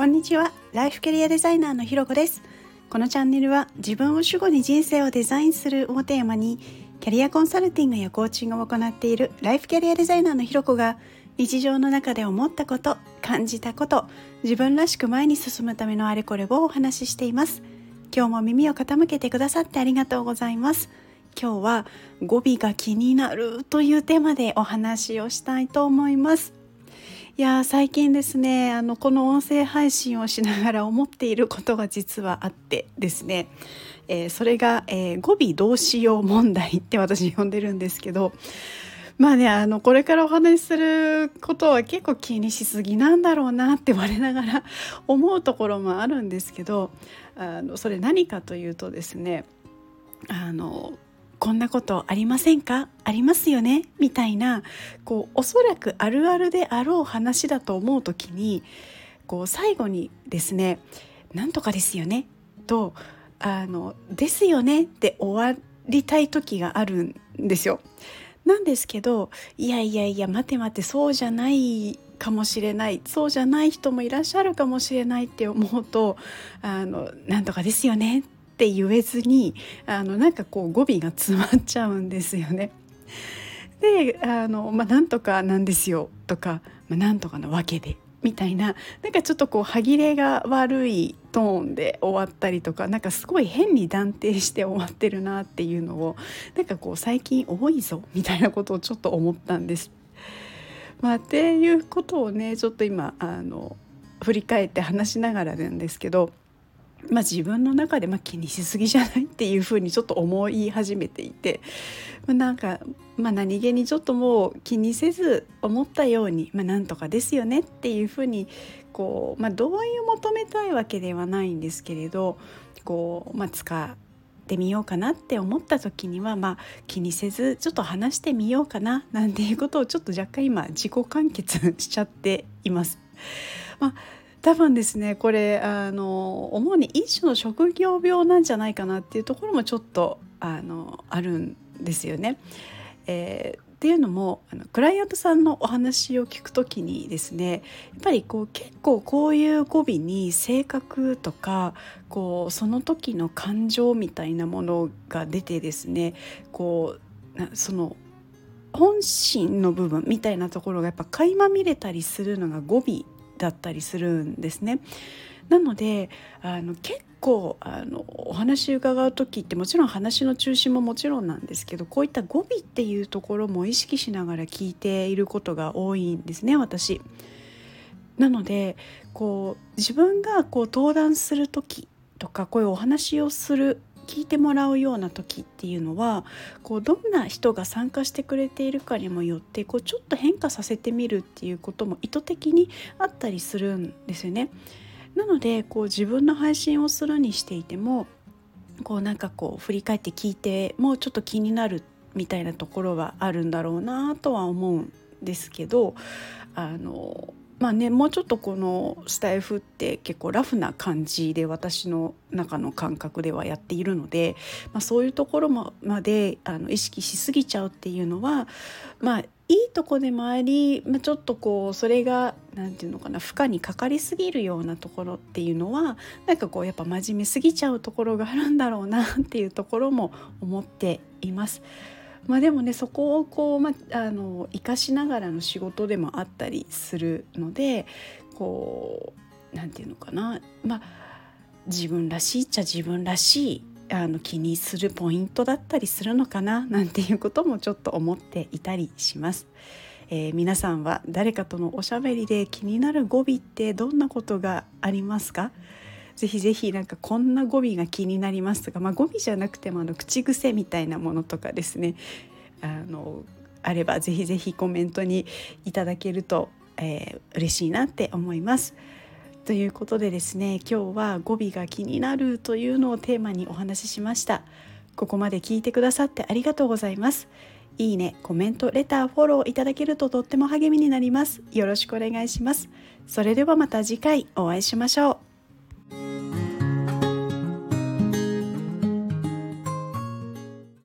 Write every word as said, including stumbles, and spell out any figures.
こんにちは。ライフキャリアデザイナーのひろこです。このチャンネルは自分を主語に人生をデザインするをテーマに、キャリアコンサルティングやコーチングを行っているライフキャリアデザイナーのひろこが、日常の中で思ったこと、感じたこと、自分らしく前に進むためのあれこれをお話ししています。今日も耳を傾けてくださってありがとうございます。今日は語尾が気になるというテーマでお話をしたいと思います。いや最近ですねあのこの音声配信をしながら思っていることが実はあってですね、えー、それが、えー、語尾どうしよう問題って私呼んでるんですけど、まあねあのこれからお話しすることは結構気にしすぎなんだろうなって我ながら思うところもあるんですけど、あのそれ何かというとですね、あのこんなことありませんか？ありますよね？みたいな、こうおそらくあるあるであろう話だと思うときに、こう最後にですね、なんとかですよねとあのですよねって終わりたい時があるんですよ。なんですけど、いやいやいや待て待て、そうじゃないかもしれない、そうじゃない人もいらっしゃるかもしれないって思うと、あのなんとかですよねって言えずに、あのなんかこう語尾が詰まっちゃうんですよね。で、あの、まあ、なんとかなんですよとか、まあ、なんとかなわけでみたいな、なんかちょっとこう歯切れが悪いトーンで終わったりとか、なんかすごい変に断定して終わってるなっていうのを、なんかこう最近多いぞみたいなことをちょっと思ったんです。まあ、っていうことをねちょっと今あの振り返って話しながらなんですけど、まあ、自分の中でまあ気にしすぎじゃないっていうふうにちょっと思い始めていて、まあ、なんか、まあ、何気にちょっともう気にせず思ったように、まあ、なんとかですよねっていうふうにこう、まあ、同意を求めたいわけではないんですけれど、こう、まあ、使ってみようかなって思った時には、まあ、気にせずちょっと話してみようかななんていうことをちょっと若干今自己完結しちゃっています。まあ多分ですねこれあの主に一種の職業病なんじゃないかなっていうところもちょっとあのあるんですよね。えー、っていうのもあのクライアントさんのお話を聞くときにですね、やっぱりこう結構こういう語尾に性格とかこうその時の感情みたいなものが出てですね、こうなその本心の部分みたいなところがやっぱ垣間見れたりするのが語尾だったりするんですね。なのであの結構あのお話伺う時って、もちろん話の中心ももちろんなんですけど、こういった語尾っていうところも意識しながら聞いていることが多いんですね、私。なのでこう自分がこう登壇する時とか、こういうお話をする聞いてもらうような時っていうのは、こうどんな人が参加してくれているかにもよって、こうちょっと変化させてみるっていうことも意図的にあったりするんですよね。なのでこう自分の配信をするにしていても、こうなんかこう振り返って聞いてもうちょっと気になるみたいなところはあるんだろうなとは思うんですけど、あのまあね、もうちょっとこのスタイフって結構ラフな感じで私の中の感覚ではやっているので、まあ、そういうところもまであの意識しすぎちゃうっていうのは、まあいいとこでもあり、まあ、ちょっとこうそれがなんていうのかな、負荷にかかりすぎるようなところっていうのは、なんかこうやっぱ真面目すぎちゃうところがあるんだろうなっていうところも思っています。まあ、でもねそこをこう、まあ、あの生かしながらの仕事でもあったりするので、こうなんていうのかな、まあ、自分らしいっちゃ自分らしいあの気にするポイントだったりするのかななんていうこともちょっと思っていたりします。えー、皆さんは誰かとのおしゃべりで気になる語尾ってどんなことがありますか？ぜひぜひなんかこんな語尾が気になりますとか、まあ、語尾じゃなくてもあの口癖みたいなものとかですね、あのあればぜひぜひコメントにいただけると、えー、嬉しいなって思います。ということでですね、今日は語尾が気になるというのをテーマにお話ししました。ここまで聞いてくださってありがとうございます。いいね、コメント、レター、フォローいただけるととっても励みになります。よろしくお願いします。それではまた次回お会いしましょう。